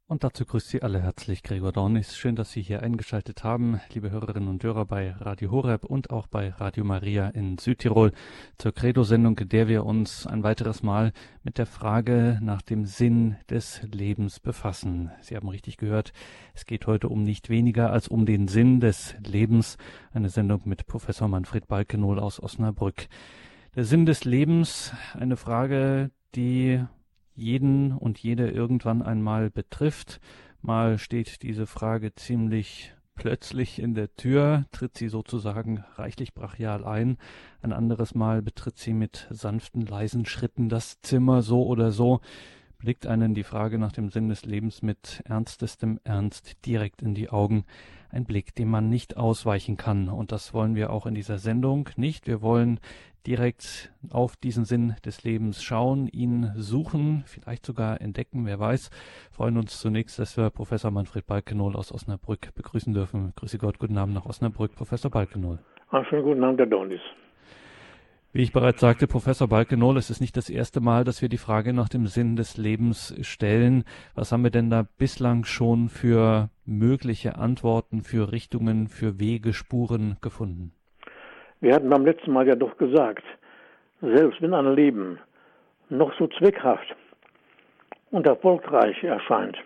Und dazu grüßt Sie alle herzlich Gregor Dornis. Schön, dass Sie hier eingeschaltet haben, liebe Hörerinnen und Hörer bei Radio Horeb und auch bei Radio Maria in Südtirol zur Credo-Sendung, in der wir uns ein weiteres Mal mit der Frage nach dem Sinn des Lebens befassen. Sie haben richtig gehört, es geht heute um nicht weniger als um den Sinn des Lebens. Eine Sendung mit Professor Manfred Balkenohl aus Osnabrück. Der Sinn des Lebens, eine Frage, die jeden und jede irgendwann einmal betrifft. Mal steht diese Frage ziemlich plötzlich in der Tür, tritt sie sozusagen reichlich brachial ein. Ein anderes Mal betritt sie mit sanften, leisen Schritten das Zimmer so oder so, blickt einen die Frage nach dem Sinn des Lebens mit ernstestem Ernst direkt in die Augen. Ein Blick, dem man nicht ausweichen kann. Und das wollen wir auch in dieser Sendung nicht. Wir wollen direkt auf diesen Sinn des Lebens schauen, ihn suchen, vielleicht sogar entdecken, wer weiß. Freuen uns zunächst, dass wir Professor Manfred Balkenohl aus Osnabrück begrüßen dürfen. Grüße Gott, guten Abend nach Osnabrück, Professor Balkenohl. Einen schönen guten Abend, Herr Dornis. Wie ich bereits sagte, Professor Balkenohl, es ist nicht das erste Mal, dass wir die Frage nach dem Sinn des Lebens stellen. Was haben wir denn da bislang schon für mögliche Antworten, für Richtungen, für Wege, Spuren gefunden? Wir hatten beim letzten Mal ja doch gesagt, selbst wenn ein Leben noch so zweckhaft und erfolgreich erscheint,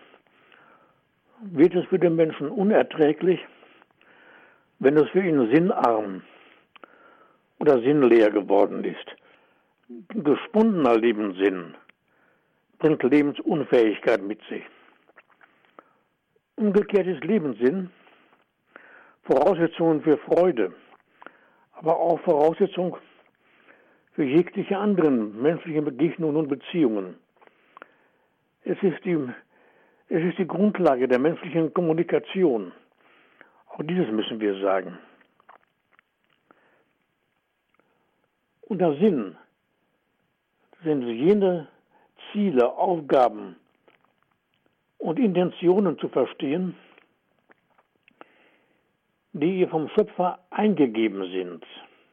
wird es für den Menschen unerträglich, wenn es für ihn sinnarm oder sinnleer geworden ist. Gespundener Lebenssinn bringt Lebensunfähigkeit mit sich. Umgekehrt ist Lebenssinn Voraussetzungen für Freude, aber auch Voraussetzung für jegliche anderen menschlichen Begegnungen und Beziehungen. Es ist die Grundlage der menschlichen Kommunikation. Auch dieses müssen wir sagen. Unter Sinn sind jene Ziele, Aufgaben und Intentionen zu verstehen, die ihr vom Schöpfer eingegeben sind.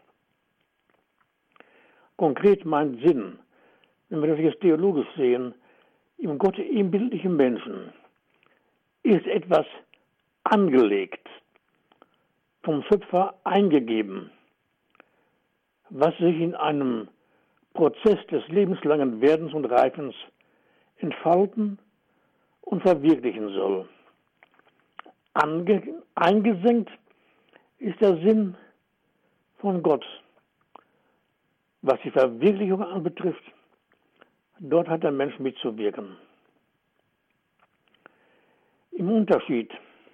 Konkret meint Sinn, wenn wir das jetzt theologisch sehen, im gottebenbildlichen Menschen ist etwas angelegt, vom Schöpfer eingegeben, was sich in einem Prozess des lebenslangen Werdens und Reifens entfalten und verwirklichen soll. Eingesenkt ist der Sinn von Gott. Was die Verwirklichung anbetrifft, dort hat der Mensch mitzuwirken. Im Unterschied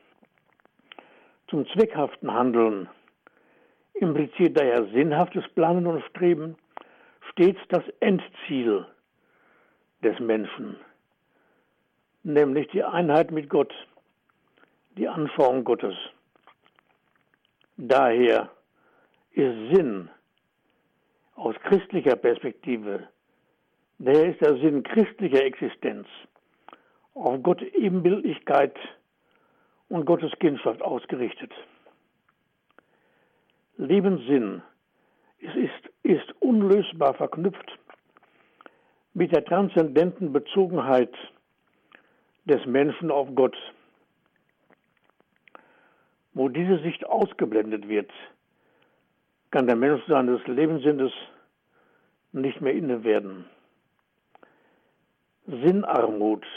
zum zweckhaften Handeln impliziert daher sinnhaftes Planen und Streben stets das Endziel des Menschen, nämlich die Einheit mit Gott, die Anschauung Gottes. Daher ist Sinn aus christlicher Perspektive, daher ist der Sinn christlicher Existenz auf Gottes Ebenbildlichkeit und Gottes Kindschaft ausgerichtet. Lebenssinn ist unlösbar verknüpft mit der transzendenten Bezogenheit des Menschen auf Gott. Wo diese Sicht ausgeblendet wird, kann der Mensch seines Lebenssinnes nicht mehr inne werden. Sinnarmut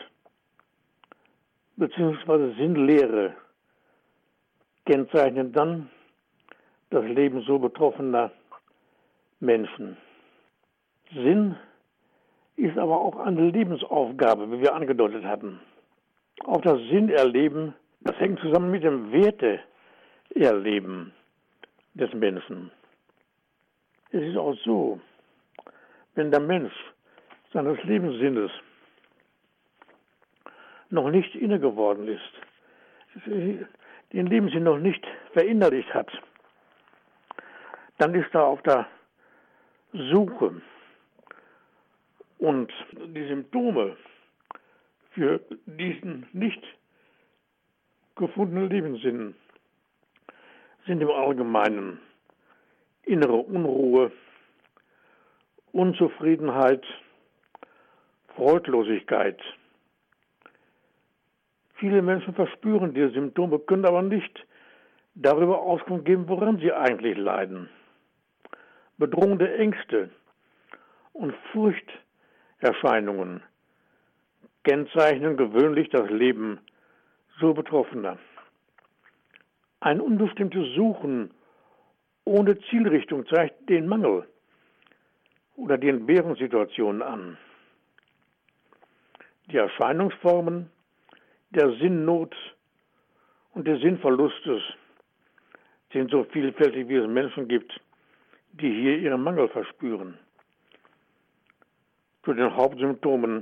bzw. Sinnlehre kennzeichnen dann das Leben so betroffener Menschen. Sinn ist aber auch eine Lebensaufgabe, wie wir angedeutet hatten. Auch das Sinnerleben, das hängt zusammen mit dem Werteerleben des Menschen. Es ist auch so, wenn der Mensch seines Lebenssinnes noch nicht inne geworden ist, den Lebenssinn noch nicht verinnerlicht hat, dann ist er auf der Suche. Und die Symptome für diesen nicht gefundenen Lebenssinn sind im Allgemeinen innere Unruhe, Unzufriedenheit, Freudlosigkeit. Viele Menschen verspüren diese Symptome, können aber nicht darüber Auskunft geben, woran sie eigentlich leiden. Bedrohende Ängste und Furchterscheinungen kennzeichnen gewöhnlich das Leben so Betroffener. Ein unbestimmtes Suchen ohne Zielrichtung zeigt den Mangel oder die Entbehrungssituation an. Die Erscheinungsformen der Sinnnot und des Sinnverlustes sind so vielfältig, wie es Menschen gibt, die hier ihren Mangel verspüren. Zu den Hauptsymptomen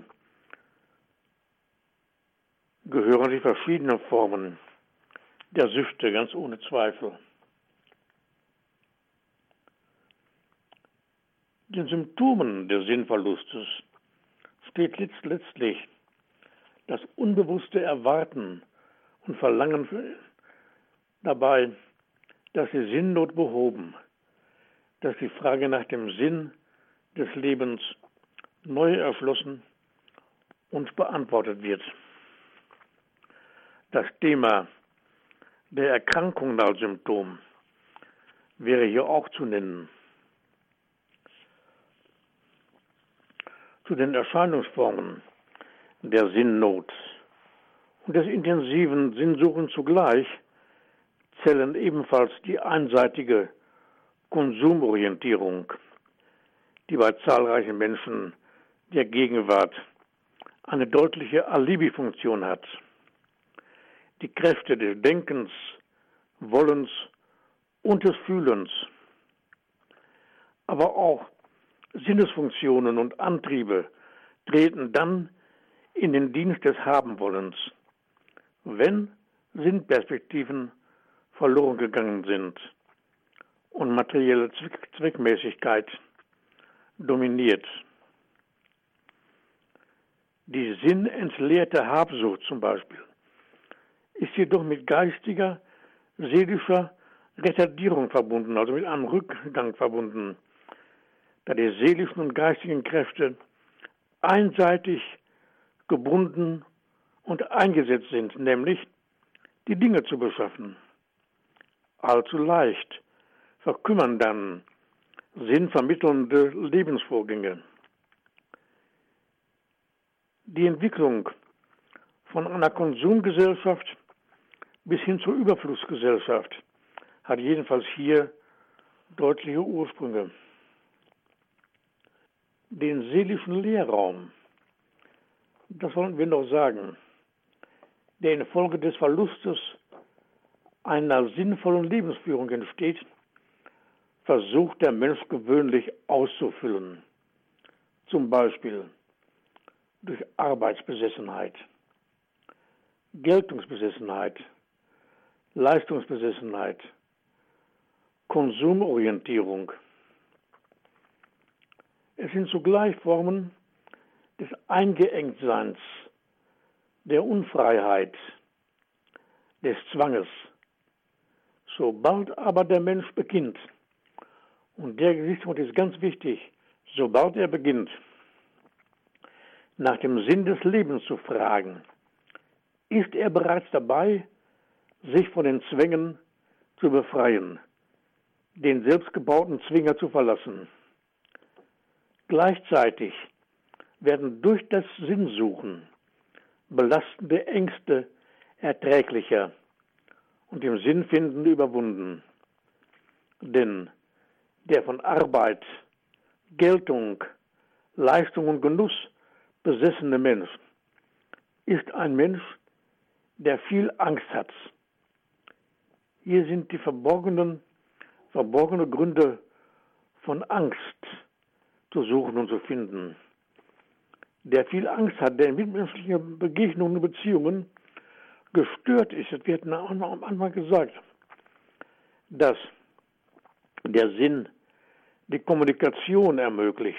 gehören die verschiedenen Formen der Süchte, ganz ohne Zweifel. Den Symptomen des Sinnverlustes steht letztlich das unbewusste Erwarten und Verlangen dabei, dass die Sinnnot behoben, dass die Frage nach dem Sinn des Lebens neu erschlossen und beantwortet wird. Das Thema der Erkrankung als Symptom wäre hier auch zu nennen. Zu den Erscheinungsformen der Sinnnot und des intensiven Sinnsuchens zugleich zählen ebenfalls die einseitige Konsumorientierung, die bei zahlreichen Menschen der Gegenwart eine deutliche Alibi-Funktion hat. Die Kräfte des Denkens, Wollens und des Fühlens, aber auch Sinnesfunktionen und Antriebe treten dann in den Dienst des Habenwollens, wenn Sinnperspektiven verloren gegangen sind und materielle Zweckmäßigkeit dominiert. Die sinnentleerte Habsucht zum Beispiel ist jedoch mit geistiger, seelischer Retardierung verbunden, also mit einem Rückgang verbunden, da die seelischen und geistigen Kräfte einseitig gebunden und eingesetzt sind, nämlich die Dinge zu beschaffen. Allzu leicht verkümmern dann sinnvermittelnde Lebensvorgänge. Die Entwicklung von einer Konsumgesellschaft bis hin zur Überflussgesellschaft hat jedenfalls hier deutliche Ursprünge. Den seelischen Leerraum, das wollen wir noch sagen, der infolge des Verlustes einer sinnvollen Lebensführung entsteht, versucht der Mensch gewöhnlich auszufüllen. Zum Beispiel durch Arbeitsbesessenheit, Geltungsbesessenheit, Leistungsbesessenheit, Konsumorientierung. Es sind zugleich Formen des Eingeengtseins, der Unfreiheit, des Zwanges. Sobald aber der Mensch beginnt, und der Gesichtspunkt ist ganz wichtig, sobald er beginnt, nach dem Sinn des Lebens zu fragen, ist er bereits dabei, sich von den Zwängen zu befreien, den selbstgebauten Zwinger zu verlassen. Gleichzeitig werden durch das Sinnsuchen belastende Ängste erträglicher und im Sinnfinden überwunden. Denn der von Arbeit, Geltung, Leistung und Genuss besessene Mensch ist ein Mensch, der viel Angst hat. Hier sind die verborgene Gründe von Angst zu suchen und zu finden. Der viel Angst hat, der in mitmenschlichen Begegnungen und Beziehungen gestört ist. Es wird am Anfang gesagt, dass der Sinn die Kommunikation ermöglicht.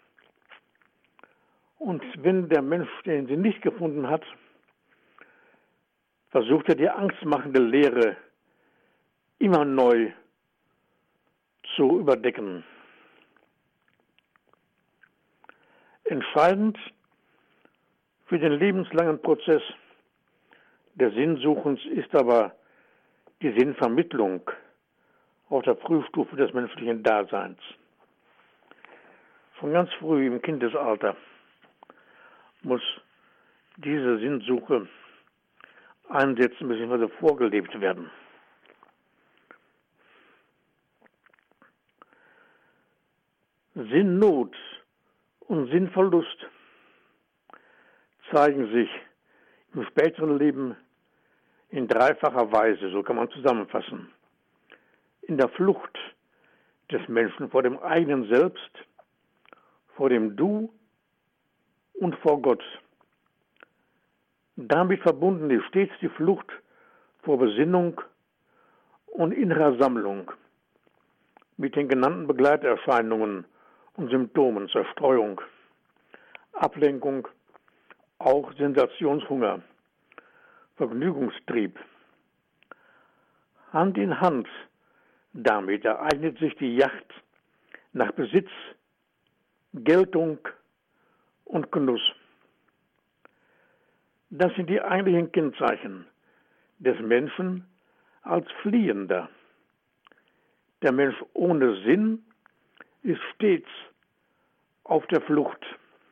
Und wenn der Mensch den Sinn nicht gefunden hat, versucht er die angstmachende Leere immer neu zu überdecken. Entscheidend für den lebenslangen Prozess des Sinnsuchens ist aber die Sinnvermittlung auf der Frühstufe des menschlichen Daseins. Schon ganz früh im Kindesalter muss diese Sinnsuche einsetzen bzw. vorgelebt werden. Sinnnot und Sinnverlust zeigen sich im späteren Leben in dreifacher Weise, so kann man zusammenfassen. In der Flucht des Menschen vor dem eigenen Selbst, vor dem Du und vor Gott. Damit verbunden ist stets die Flucht vor Besinnung und innerer Sammlung mit den genannten Begleiterscheinungen und Symptomen, Zerstreuung, Ablenkung, auch Sensationshunger, Vergnügungstrieb. Hand in Hand damit ereignet sich die Jagd nach Besitz, Geltung und Genuss. Das sind die eigentlichen Kennzeichen des Menschen als Fliehender. Der Mensch ohne Sinn ist stets auf der Flucht.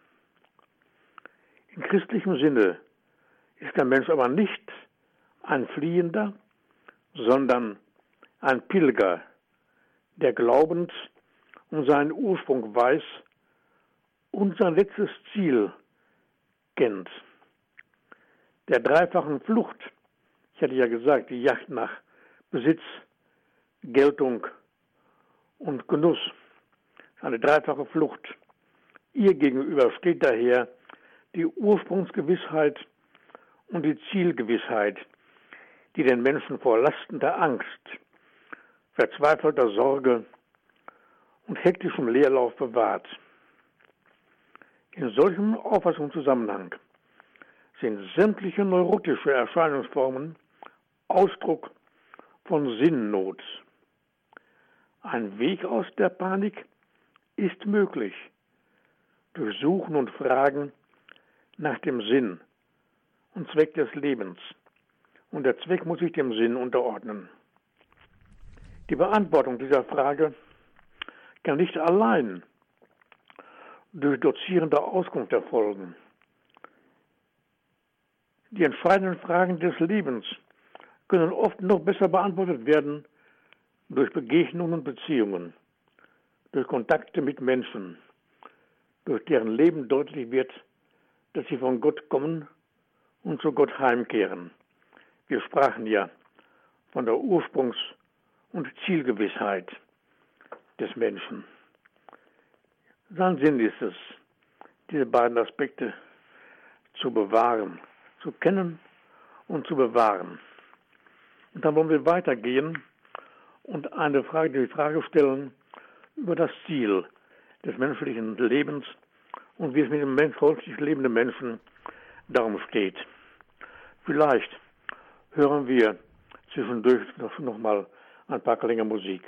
In christlichem Sinne ist der Mensch aber nicht ein Fliehender, sondern ein Pilger, der glaubend um seinen Ursprung weiß und sein letztes Ziel kennt. Der dreifachen Flucht, ich hatte ja gesagt, die Jagd nach Besitz, Geltung und Genuss, eine dreifache Flucht. Ihr gegenüber steht daher die Ursprungsgewissheit und die Zielgewissheit, die den Menschen vor lastender Angst, verzweifelter Sorge und hektischem Leerlauf bewahrt. In solchem Auffassungszusammenhang sind sämtliche neurotische Erscheinungsformen Ausdruck von Sinnnot. Ein Weg aus der Panik ist möglich durch Suchen und Fragen nach dem Sinn und Zweck des Lebens. Und der Zweck muss sich dem Sinn unterordnen. Die Beantwortung dieser Frage kann nicht allein durch dozierende Auskunft erfolgen. Die entscheidenden Fragen des Lebens können oft noch besser beantwortet werden durch Begegnungen und Beziehungen, durch Kontakte mit Menschen, durch deren Leben deutlich wird, dass sie von Gott kommen und zu Gott heimkehren. Wir sprachen ja von der Ursprungs- und Zielgewissheit des Menschen. Sein Sinn ist es, diese beiden Aspekte zu bewahren, zu kennen und zu bewahren. Und dann wollen wir weitergehen und die Frage stellen über das Ziel des menschlichen Lebens und wie es mit dem menschlich lebenden Menschen darum steht. Vielleicht hören wir zwischendurch noch mal ein paar Klänge Musik.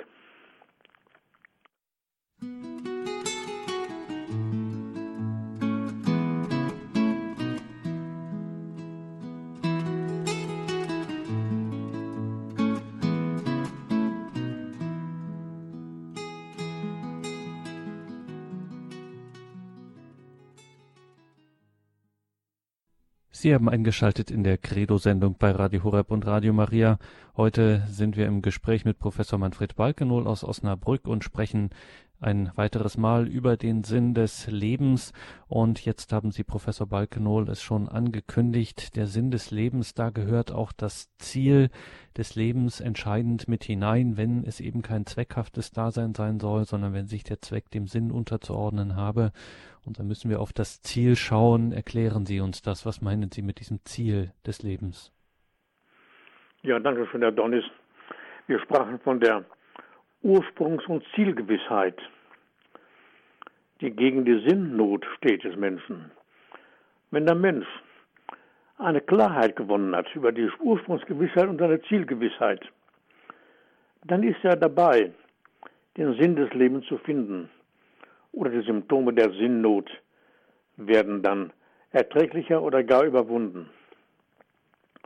Sie haben eingeschaltet in der Credo-Sendung bei Radio Horeb und Radio Maria. Heute sind wir im Gespräch mit Professor Manfred Balkenohl aus Osnabrück und sprechen ein weiteres Mal über den Sinn des Lebens. Und jetzt haben Sie, Professor Balkenohl, es schon angekündigt, der Sinn des Lebens, da gehört auch das Ziel des Lebens entscheidend mit hinein, wenn es eben kein zweckhaftes Dasein sein soll, sondern wenn sich der Zweck dem Sinn unterzuordnen habe. Und dann müssen wir auf das Ziel schauen. Erklären Sie uns das. Was meinen Sie mit diesem Ziel des Lebens? Ja, danke schön, Herr Donis. Wir sprachen von der Ursprungs- und Zielgewissheit, die gegen die Sinnnot steht des Menschen. Wenn der Mensch eine Klarheit gewonnen hat über die Ursprungsgewissheit und seine Zielgewissheit, dann ist er dabei, den Sinn des Lebens zu finden. Oder die Symptome der Sinnnot werden dann erträglicher oder gar überwunden.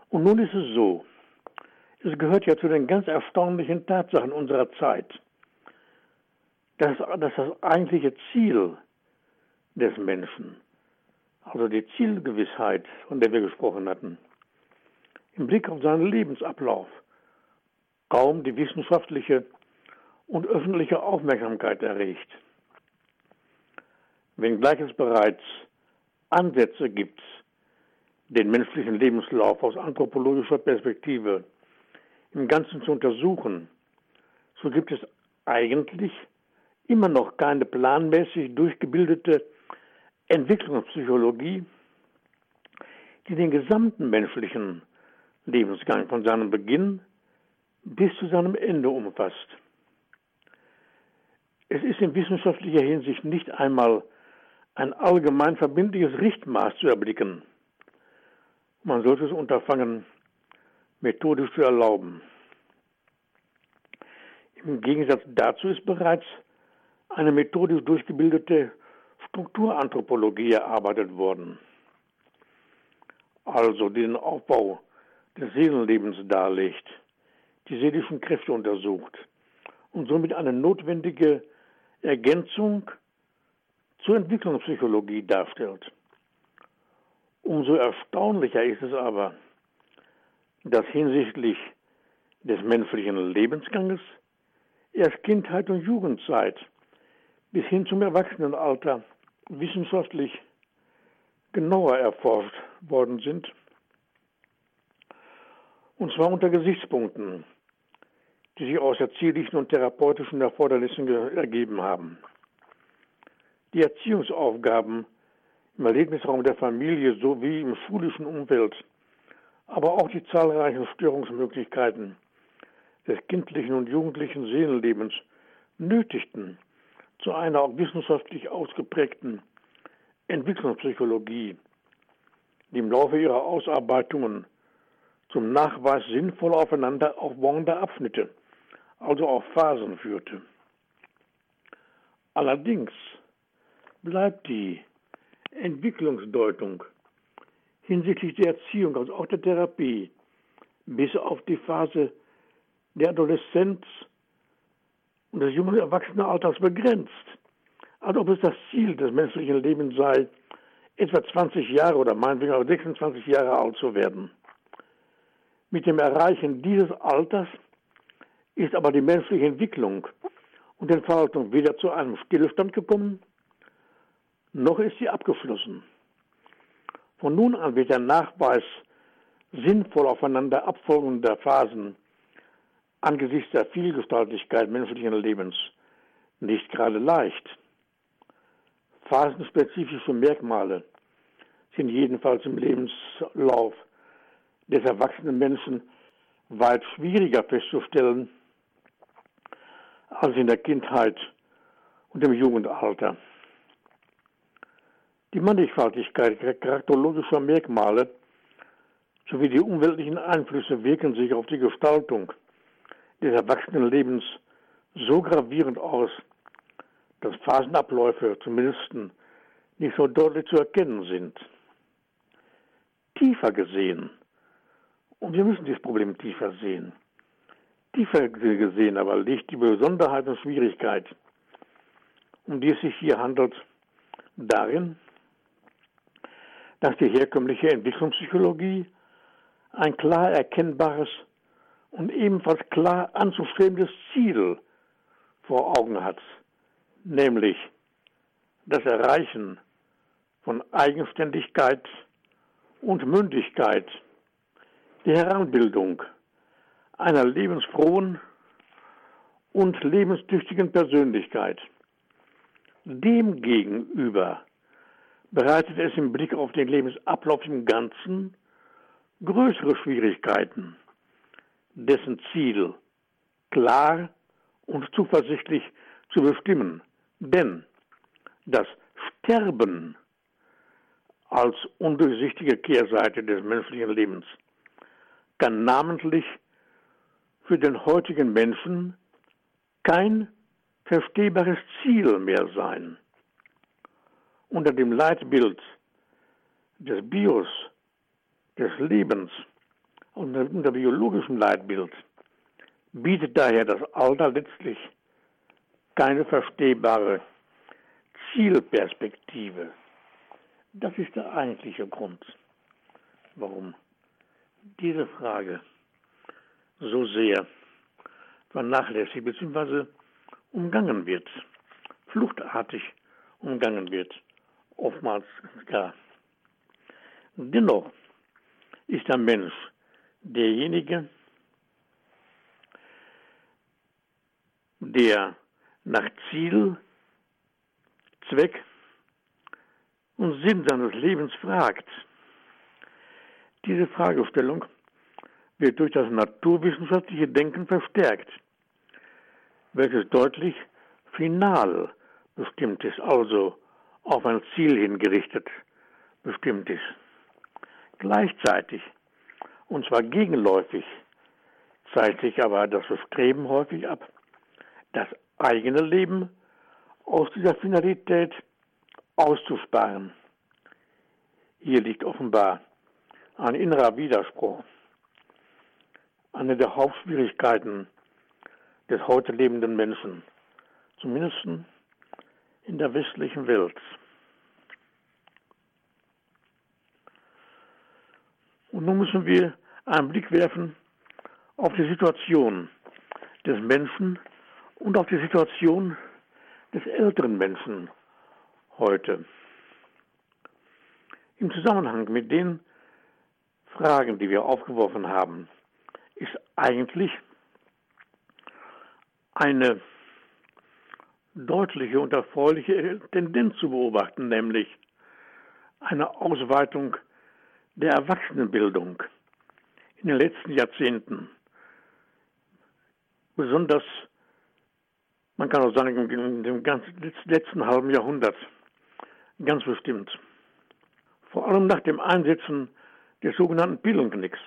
Und nun ist es so, es gehört ja zu den ganz erstaunlichen Tatsachen unserer Zeit, dass das eigentliche Ziel des Menschen, also die Zielgewissheit, von der wir gesprochen hatten, im Blick auf seinen Lebensablauf kaum die wissenschaftliche und öffentliche Aufmerksamkeit erregt. Wenngleich es bereits Ansätze gibt, den menschlichen Lebenslauf aus anthropologischer Perspektive im Ganzen zu untersuchen, so gibt es eigentlich immer noch keine planmäßig durchgebildete Entwicklungspsychologie, die den gesamten menschlichen Lebensgang von seinem Beginn bis zu seinem Ende umfasst. Es ist in wissenschaftlicher Hinsicht nicht einmal ein allgemein verbindliches Richtmaß zu erblicken. Man sollte es Unterfangen methodisch zu erlauben. Im Gegensatz dazu ist bereits eine methodisch durchgebildete Strukturanthropologie erarbeitet worden, also die den Aufbau des Seelenlebens darlegt, die seelischen Kräfte untersucht und somit eine notwendige Ergänzung zur Entwicklungspsychologie darstellt. Umso erstaunlicher ist es aber, dass hinsichtlich des menschlichen Lebensganges erst Kindheit und Jugendzeit bis hin zum Erwachsenenalter wissenschaftlich genauer erforscht worden sind, und zwar unter Gesichtspunkten, die sich aus erziehlichen und therapeutischen Erfordernissen ergeben haben. Die Erziehungsaufgaben im Erlebnisraum der Familie sowie im schulischen Umfeld, aber auch die zahlreichen Störungsmöglichkeiten des kindlichen und jugendlichen Seelenlebens nötigten zu einer auch wissenschaftlich ausgeprägten Entwicklungspsychologie, die im Laufe ihrer Ausarbeitungen zum Nachweis sinnvoll aufeinander aufbauender Abschnitte, also auch Phasen führte. Allerdings bleibt die Entwicklungsdeutung hinsichtlich der Erziehung, also auch der Therapie, bis auf die Phase der Adoleszenz und des jungen Erwachsenenalters begrenzt, als ob es das Ziel des menschlichen Lebens sei, etwa 20 Jahre oder meinetwegen auch 26 Jahre alt zu werden. Mit dem Erreichen dieses Alters ist aber die menschliche Entwicklung und Entfaltung weder zu einem Stillstand gekommen, noch ist sie abgeschlossen. Von nun an wird der Nachweis sinnvoll aufeinander abfolgender Phasen angesichts der Vielgestaltigkeit menschlichen Lebens nicht gerade leicht. Phasenspezifische Merkmale sind jedenfalls im Lebenslauf des erwachsenen Menschen weit schwieriger festzustellen als in der Kindheit und im Jugendalter. Die Mannigfaltigkeit charakterologischer Merkmale sowie die umweltlichen Einflüsse wirken sich auf die Gestaltung des Erwachsenenlebens so gravierend aus, dass Phasenabläufe zumindest nicht so deutlich zu erkennen sind. Tiefer gesehen, und wir müssen dieses Problem tiefer sehen, tiefer gesehen aber liegt die Besonderheit und Schwierigkeit, um die es sich hier handelt, darin, dass die herkömmliche Entwicklungspsychologie ein klar erkennbares und ebenfalls klar anzustrebendes Ziel vor Augen hat, nämlich das Erreichen von Eigenständigkeit und Mündigkeit, die Heranbildung einer lebensfrohen und lebenstüchtigen Persönlichkeit. Demgegenüber bereitet es im Blick auf den Lebensablauf im Ganzen größere Schwierigkeiten, dessen Ziel klar und zuversichtlich zu bestimmen. Denn das Sterben als undurchsichtige Kehrseite des menschlichen Lebens kann namentlich für den heutigen Menschen kein verstehbares Ziel mehr sein. Unter dem Leitbild des Bios, des Lebens, unter biologischem Leitbild bietet daher das Alter letztlich keine verstehbare Zielperspektive. Das ist der eigentliche Grund, warum diese Frage so sehr vernachlässigt bzw. umgangen wird, fluchtartig umgangen wird, oftmals gar. Dennoch ist der Mensch derjenige, der nach Ziel, Zweck und Sinn seines Lebens fragt. Diese Fragestellung wird durch das naturwissenschaftliche Denken verstärkt, welches deutlich final bestimmt ist, also auf ein Ziel hingerichtet bestimmt ist. Gleichzeitig, und zwar gegenläufig, zeigt sich aber das Bestreben häufig ab, das eigene Leben aus dieser Finalität auszusparen. Hier liegt offenbar ein innerer Widerspruch. Eine der Hauptschwierigkeiten des heute lebenden Menschen, zumindest in der westlichen Welt. Und nun müssen wir einen Blick werfen auf die Situation des Menschen und auf die Situation des älteren Menschen heute. Im Zusammenhang mit den Fragen, die wir aufgeworfen haben, ist eigentlich eine deutliche und erfreuliche Tendenz zu beobachten, nämlich eine Ausweitung der Erwachsenenbildung in den letzten Jahrzehnten. Besonders, man kann auch sagen, in dem ganzen letzten halben Jahrhundert, ganz bestimmt. Vor allem nach dem Einsetzen des sogenannten Pillenknicks.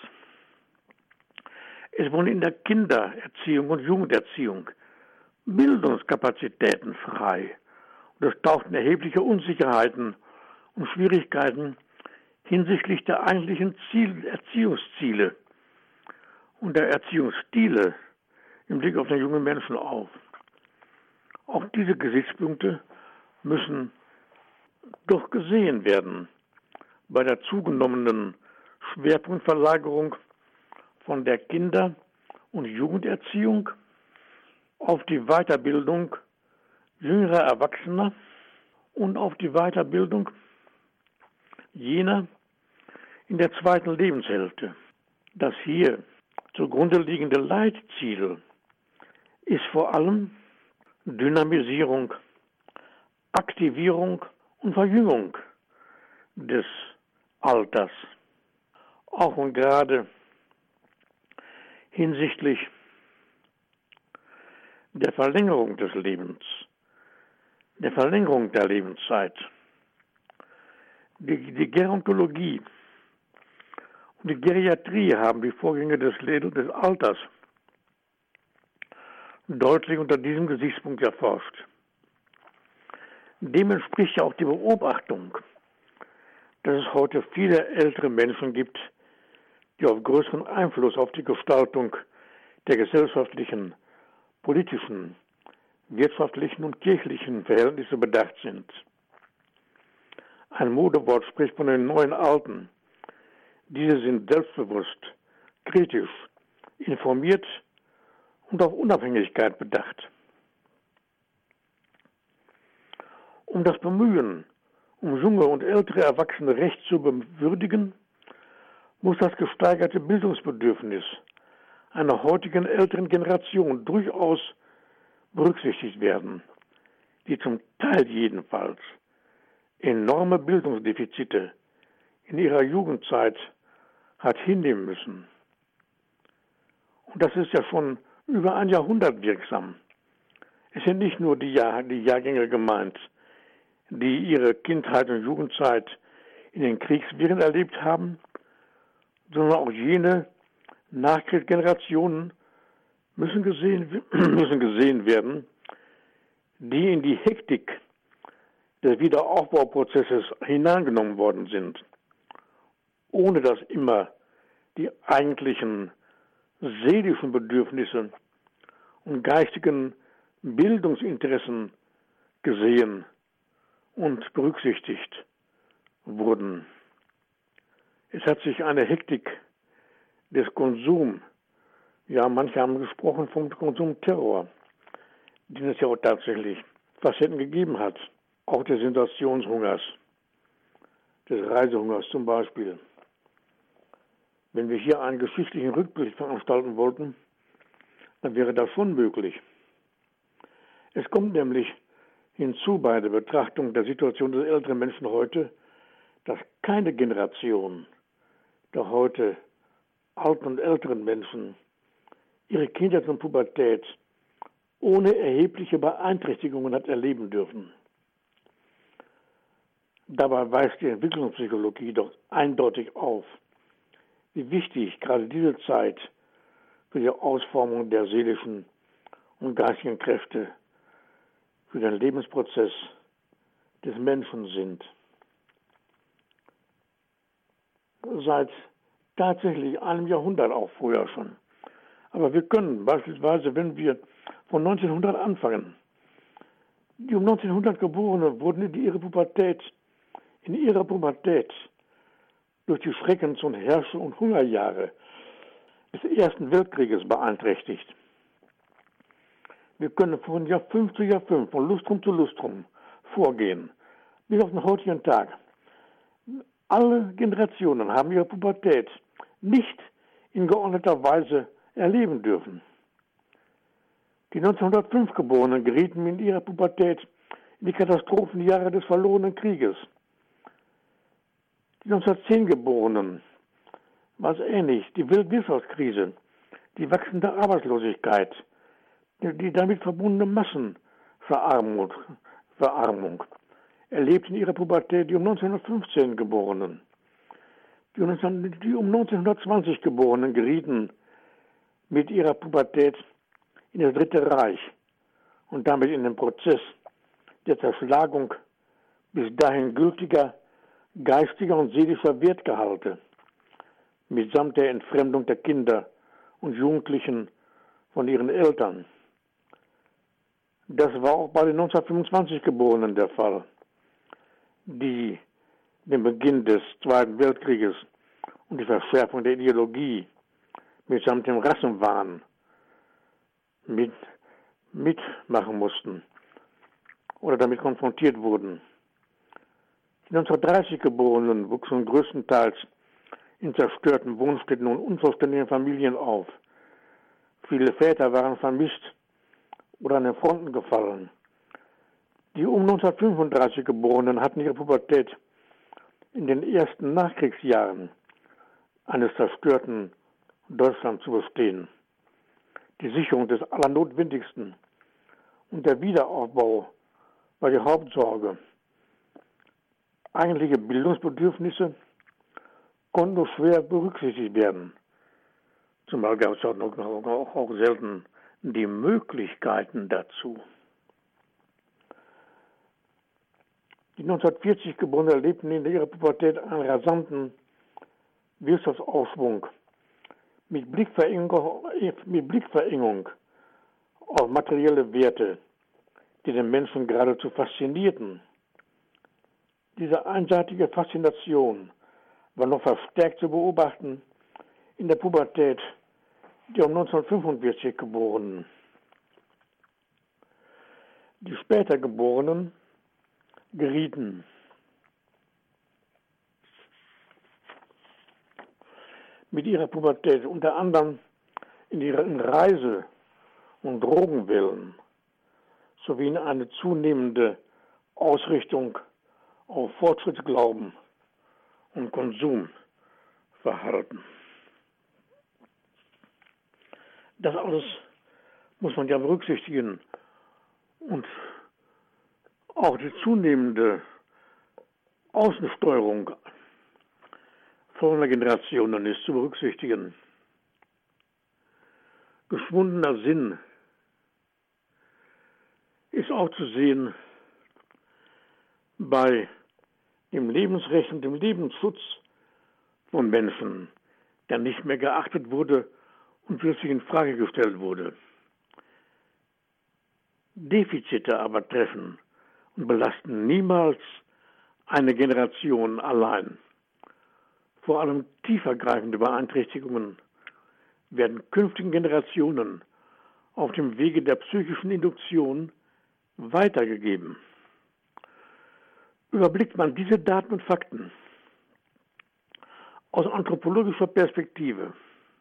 Es wurden in der Kindererziehung und Jugenderziehung Bildungskapazitäten frei. Und es tauchten erhebliche Unsicherheiten und Schwierigkeiten hinsichtlich der eigentlichen Erziehungsziele und der Erziehungsstile im Blick auf den jungen Menschen auf. Auch diese Gesichtspunkte müssen doch gesehen werden bei der zugenommenen Schwerpunktverlagerung von der Kinder- und Jugenderziehung auf die Weiterbildung jüngerer Erwachsener und auf die Weiterbildung jener in der zweiten Lebenshälfte. Das hier zugrunde liegende Leitziel ist vor allem Dynamisierung, Aktivierung und Verjüngung des Alters. Auch und gerade hinsichtlich der Verlängerung des Lebens, der Verlängerung der Lebenszeit. Die Gerontologie und die Geriatrie haben die Vorgänge des Alters deutlich unter diesem Gesichtspunkt erforscht. Dem entspricht ja auch die Beobachtung, dass es heute viele ältere Menschen gibt, die auf größeren Einfluss auf die Gestaltung der gesellschaftlichen, politischen, wirtschaftlichen und kirchlichen Verhältnisse bedacht sind. Ein Modewort spricht von den neuen Alten. Diese sind selbstbewusst, kritisch, informiert und auf Unabhängigkeit bedacht. Um das Bemühen um junge und ältere Erwachsene recht zu bewürdigen, muss das gesteigerte Bildungsbedürfnis einer heutigen älteren Generation durchaus berücksichtigt werden, die zum Teil jedenfalls enorme Bildungsdefizite in ihrer Jugendzeit hat hinnehmen müssen. Und das ist ja schon über ein Jahrhundert wirksam. Es sind nicht nur die Jahrgänge gemeint, die ihre Kindheit und Jugendzeit in den Kriegswirren erlebt haben, sondern auch jene Nachkriegsgenerationen müssen gesehen werden, die in die Hektik des Wiederaufbauprozesses hineingenommen worden sind, ohne dass immer die eigentlichen seelischen Bedürfnisse und geistigen Bildungsinteressen gesehen und berücksichtigt wurden. Es hat sich eine Hektik des Konsums, ja, manche haben gesprochen vom Konsumterror, den es ja auch tatsächlich Facetten gegeben hat, auch des Sensationshungers, des Reisehungers zum Beispiel. Wenn wir hier einen geschichtlichen Rückblick veranstalten wollten, dann wäre das schon möglich. Es kommt nämlich hinzu bei der Betrachtung der Situation des älteren Menschen heute, dass keine Generation der heute alten und älteren Menschen ihre Kindheit und Pubertät ohne erhebliche Beeinträchtigungen hat erleben dürfen. Dabei weist die Entwicklungspsychologie doch eindeutig auf, wie wichtig gerade diese Zeit für die Ausformung der seelischen und geistigen Kräfte für den Lebensprozess des Menschen sind. Seit tatsächlich einem Jahrhundert auch früher schon. Aber wir können beispielsweise, wenn wir von 1900 anfangen, die um 1900 Geborenen wurden in ihrer Pubertät durch die Schreckens- und Herrsche- und Hungerjahre des Ersten Weltkrieges beeinträchtigt. Wir können von Jahr 5 zu Jahr 5, von Lustrum zu Lustrum vorgehen, bis auf den heutigen Tag. Alle Generationen haben ihre Pubertät nicht in geordneter Weise erleben dürfen. Die 1905 Geborenen gerieten in ihrer Pubertät in die Katastrophenjahre des verlorenen Krieges. Die 1910 Geborenen war es ähnlich, die Weltwirtschaftskrise, die wachsende Arbeitslosigkeit, die damit verbundene Massenverarmung erlebten ihre Pubertät die um 1915 Geborenen. Die um 1920 Geborenen gerieten mit ihrer Pubertät in das Dritte Reich und damit in den Prozess der Zerschlagung bis dahin gültiger geistiger und seelischer Wertgehalte mitsamt der Entfremdung der Kinder und Jugendlichen von ihren Eltern. Das war auch bei den 1925 Geborenen der Fall, die den Beginn des Zweiten Weltkrieges und die Verschärfung der Ideologie mitsamt dem Rassenwahn mitmachen mussten oder damit konfrontiert wurden. Die 1930 Geborenen wuchsen größtenteils in zerstörten Wohnstätten und unvollständigen Familien auf. Viele Väter waren vermisst oder an den Fronten gefallen. Die um 1935 Geborenen hatten ihre Pubertät in den ersten Nachkriegsjahren eines zerstörten Deutschlands zu bestehen. Die Sicherung des Allernotwendigsten und der Wiederaufbau war die Hauptsorge. Eigentliche Bildungsbedürfnisse konnten nur schwer berücksichtigt werden. Zumal gab es auch selten die Möglichkeiten dazu. Die 1940 Geborenen erlebten in ihrer Pubertät einen rasanten Wirtschaftsaufschwung mit Blickverengung auf materielle Werte, die den Menschen geradezu faszinierten. Diese einseitige Faszination war noch verstärkt zu beobachten in der Pubertät der um 1945 Geborenen. Die später Geborenen gerieten mit ihrer Pubertät unter anderem in Reise- und Drogenwellen sowie in eine zunehmende Ausrichtung auf Fortschrittsglauben und Konsumverhalten. Das alles muss man ja berücksichtigen und auch die zunehmende Außensteuerung folgender Generationen ist zu berücksichtigen. Geschwundener Sinn ist auch zu sehen bei dem Lebensrecht und dem Lebensschutz von Menschen, der nicht mehr geachtet wurde und plötzlich in Frage gestellt wurde. Defizite aber treffen und belasten niemals eine Generation allein. Vor allem tiefergreifende Beeinträchtigungen werden künftigen Generationen auf dem Wege der psychischen Induktion weitergegeben. Überblickt man diese Daten und Fakten aus anthropologischer Perspektive,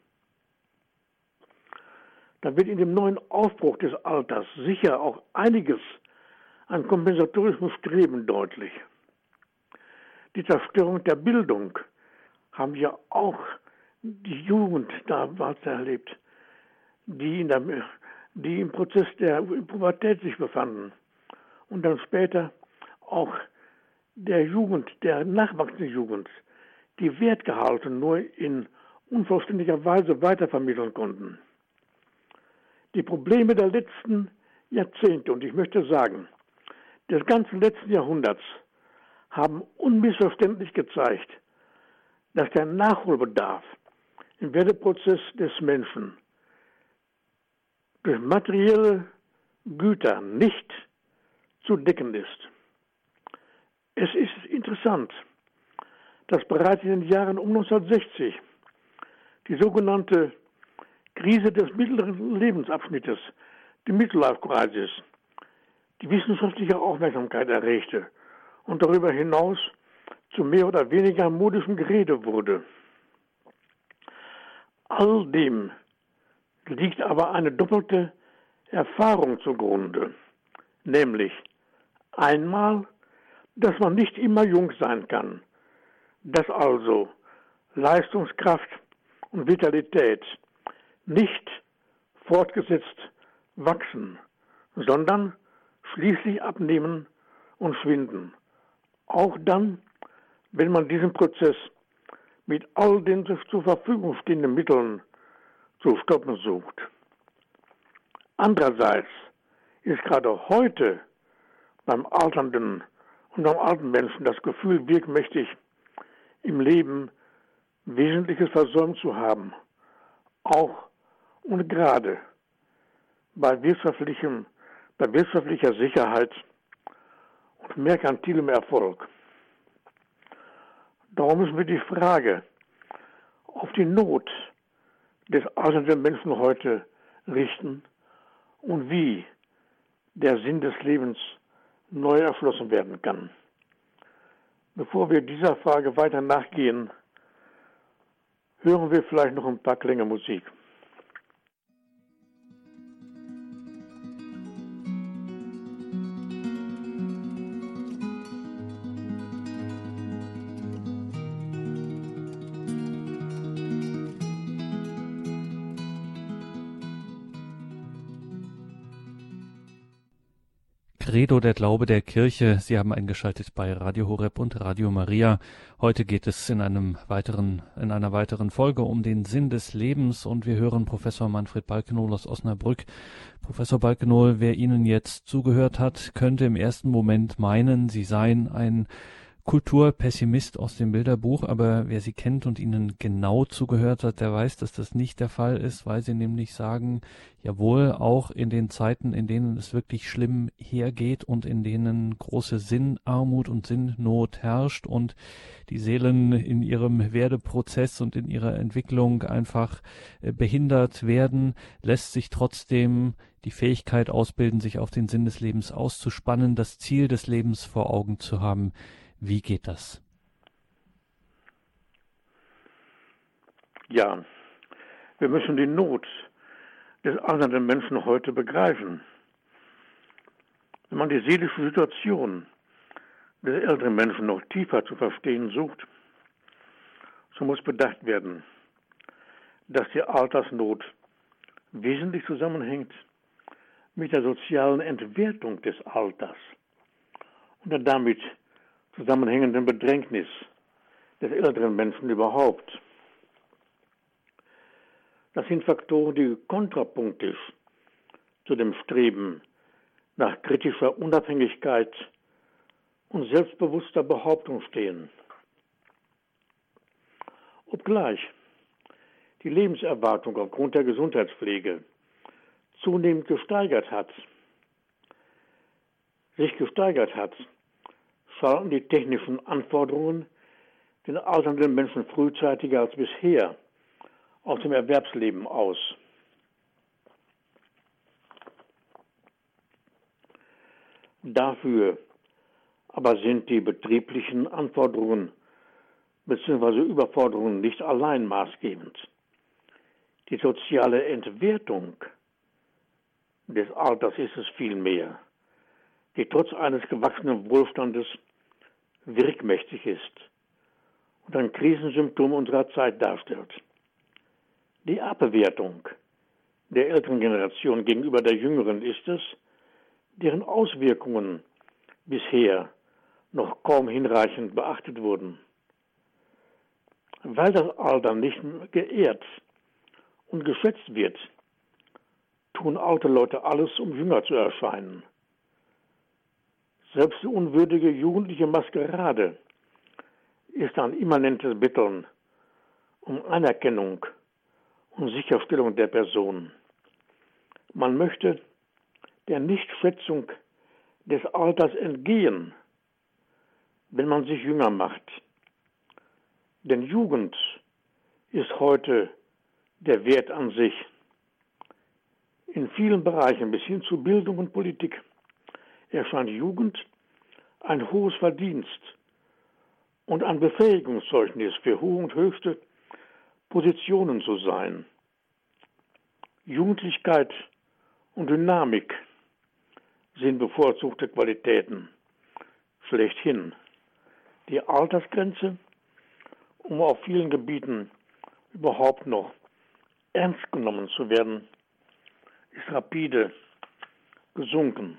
dann wird in dem neuen Aufbruch des Alters sicher auch einiges an kompensatorischem Streben deutlich. Die Zerstörung der Bildung haben wir auch die Jugend damals erlebt, die im Prozess der Pubertät sich befanden und dann später auch der Jugend, der nachwachsenden Jugend, die Wertgehalte nur in unvollständiger Weise weitervermitteln konnten. Die Probleme der letzten Jahrzehnte, und ich möchte sagen, des ganzen letzten Jahrhunderts, haben unmissverständlich gezeigt, dass der Nachholbedarf im Werteprozess des Menschen durch materielle Güter nicht zu decken ist. Es ist interessant, dass bereits in den Jahren um 1960 die sogenannte Krise des mittleren Lebensabschnittes, die Midlife Crisis, die wissenschaftliche Aufmerksamkeit erregte und darüber hinaus zu mehr oder weniger modischem Gerede wurde. All dem liegt aber eine doppelte Erfahrung zugrunde, nämlich einmal, dass man nicht immer jung sein kann, dass also Leistungskraft und Vitalität nicht fortgesetzt wachsen, sondern schließlich abnehmen und schwinden. Auch dann, wenn man diesen Prozess mit all den zur Verfügung stehenden Mitteln zu stoppen sucht. Andererseits ist gerade heute beim alternden und beim alten Menschen das Gefühl wirkmächtig, im Leben Wesentliches versäumt zu haben, auch und gerade bei wirtschaftlicher Sicherheit und merkantilem Erfolg. Darum müssen wir die Frage auf die Not des alternden Menschen heute richten und wie der Sinn des Lebens neu erschlossen werden kann. Bevor wir dieser Frage weiter nachgehen, hören wir vielleicht noch ein paar Klänge Musik. Credo, der Glaube der Kirche. Sie haben eingeschaltet bei Radio Horeb und Radio Maria. Heute geht es in einer weiteren Folge um den Sinn des Lebens und wir hören Professor Manfred Balkenohl aus Osnabrück. Professor Balkenohl, wer Ihnen jetzt zugehört hat, könnte im ersten Moment meinen, Sie seien ein Kulturpessimist aus dem Bilderbuch, aber wer Sie kennt und Ihnen genau zugehört hat, der weiß, dass das nicht der Fall ist, weil Sie nämlich sagen, jawohl, auch in den Zeiten, in denen es wirklich schlimm hergeht und in denen große Sinnarmut und Sinnnot herrscht und die Seelen in ihrem Werdeprozess und in ihrer Entwicklung einfach behindert werden, lässt sich trotzdem die Fähigkeit ausbilden, sich auf den Sinn des Lebens auszuspannen, das Ziel des Lebens vor Augen zu haben. Wie geht das? Ja, wir müssen die Not des alternden Menschen heute begreifen. Wenn man die seelische Situation des älteren Menschen noch tiefer zu verstehen sucht, so muss bedacht werden, dass die Altersnot wesentlich zusammenhängt mit der sozialen Entwertung des Alters und der damit zusammenhängenden Bedrängnis des älteren Menschen überhaupt. Das sind Faktoren, die kontrapunktisch zu dem Streben nach kritischer Unabhängigkeit und selbstbewusster Behauptung stehen. Obgleich die Lebenserwartung aufgrund der Gesundheitspflege zunehmend sich gesteigert hat, schalten die technischen Anforderungen den alternden Menschen frühzeitiger als bisher aus dem Erwerbsleben aus. Dafür aber sind die betrieblichen Anforderungen bzw. Überforderungen nicht allein maßgebend. Die soziale Entwertung des Alters ist es vielmehr, die trotz eines gewachsenen Wohlstandes wirkmächtig ist und ein Krisensymptom unserer Zeit darstellt. Die Abwertung der älteren Generation gegenüber der jüngeren ist es, deren Auswirkungen bisher noch kaum hinreichend beachtet wurden. Weil das Alter nicht geehrt und geschätzt wird, tun alte Leute alles, um jünger zu erscheinen. Selbst die unwürdige jugendliche Maskerade ist ein immanentes Betteln um Anerkennung und Sicherstellung der Person. Man möchte der Nichtschätzung des Alters entgehen, wenn man sich jünger macht. Denn Jugend ist heute der Wert an sich. In vielen Bereichen bis hin zu Bildung und Politik erscheint Jugend ein hohes Verdienst und ein Befähigungszeugnis für hohe und höchste Positionen zu sein. Jugendlichkeit und Dynamik sind bevorzugte Qualitäten schlechthin. Die Altersgrenze, um auf vielen Gebieten überhaupt noch ernst genommen zu werden, ist rapide gesunken.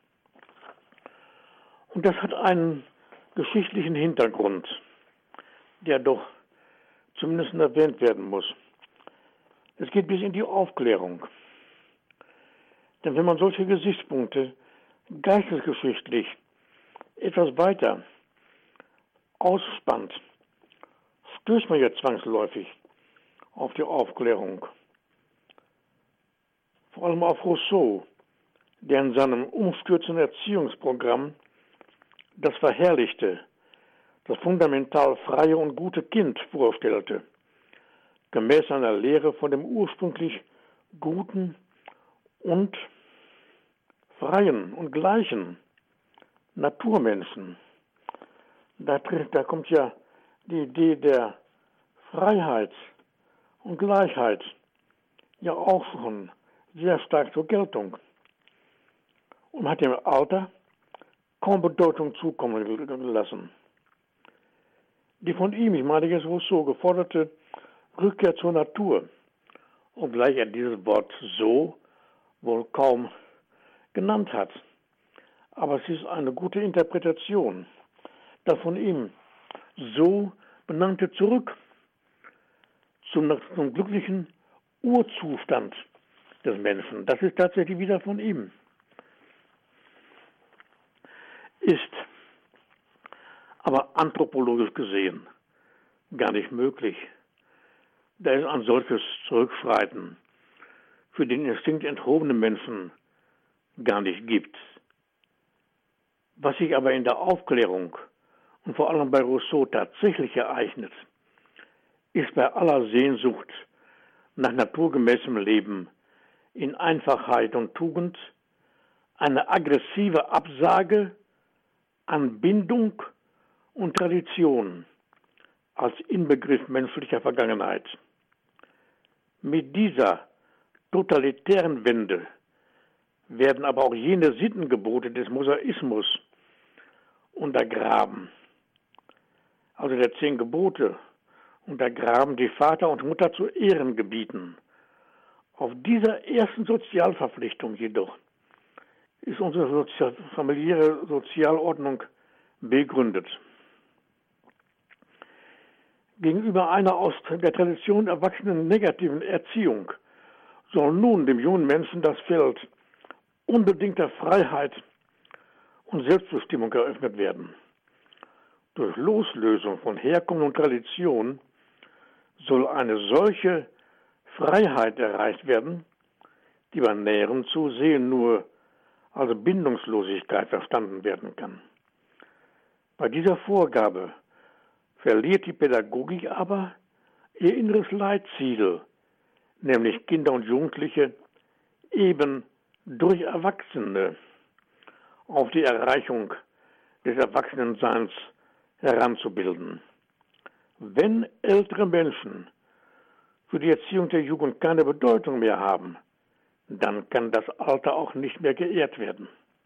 Und das hat einen geschichtlichen Hintergrund, der doch zumindest erwähnt werden muss. Es geht bis in die Aufklärung. Denn wenn man solche Gesichtspunkte geistesgeschichtlich etwas weiter ausspannt, stößt man ja zwangsläufig auf die Aufklärung. Vor allem auf Rousseau, der in seinem umstürzenden Erziehungsprogramm das verherrlichte, das fundamental freie und gute Kind vorstellte, gemäß seiner Lehre von dem ursprünglich guten und freien und gleichen Naturmenschen. Da kommt ja die Idee der Freiheit und Gleichheit ja auch schon sehr stark zur Geltung und hat dem Alter kaum Bedeutung zukommen lassen. Die von ihm, ich meine jetzt Rousseau, geforderte Rückkehr zur Natur, obgleich er dieses Wort so wohl kaum genannt hat. Aber es ist eine gute Interpretation, das von ihm so benannte Zurück zum glücklichen Urzustand des Menschen. Das ist tatsächlich wieder von ihm. Ist aber anthropologisch gesehen gar nicht möglich, da es ein solches Zurückschreiten für den Instinkt enthobenen Menschen gar nicht gibt. Was sich aber in der Aufklärung und vor allem bei Rousseau tatsächlich ereignet, ist bei aller Sehnsucht nach naturgemäßem Leben in Einfachheit und Tugend eine aggressive Absage an Bindung und Tradition als Inbegriff menschlicher Vergangenheit. Mit dieser totalitären Wende werden aber auch jene Sittengebote des Mosaismus untergraben. Also der 10 Gebote untergraben, die Vater und Mutter zu Ehren gebieten. Auf dieser ersten Sozialverpflichtung jedoch ist unsere familiäre Sozialordnung begründet. Gegenüber einer aus der Tradition erwachsenen negativen Erziehung soll nun dem jungen Menschen das Feld unbedingter Freiheit und Selbstbestimmung eröffnet werden. Durch Loslösung von Herkunft und Tradition soll eine solche Freiheit erreicht werden, die beim näheren Zusehen nur als Bindungslosigkeit verstanden werden kann. Bei dieser Vorgabe verliert die Pädagogik aber ihr inneres Leitziel, nämlich Kinder und Jugendliche eben durch Erwachsene auf die Erreichung des Erwachsenenseins heranzubilden. Wenn ältere Menschen für die Erziehung der Jugend keine Bedeutung mehr haben, dann kann das Alter auch nicht mehr geehrt werden.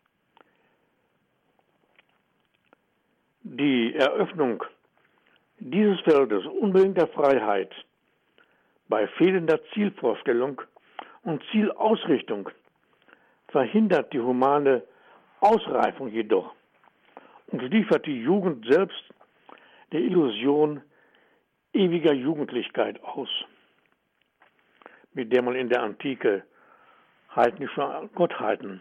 Die Eröffnung dieses Feldes unbedingter Freiheit bei fehlender Zielvorstellung und Zielausrichtung verhindert die humane Ausreifung jedoch und liefert die Jugend selbst der Illusion ewiger Jugendlichkeit aus, mit der man in der Antike heidnische Gottheiten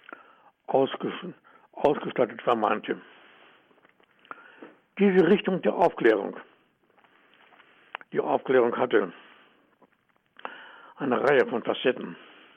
ausgestattet vermeinte. Diese Richtung der Aufklärung, die Aufklärung hatte eine Reihe von Facetten.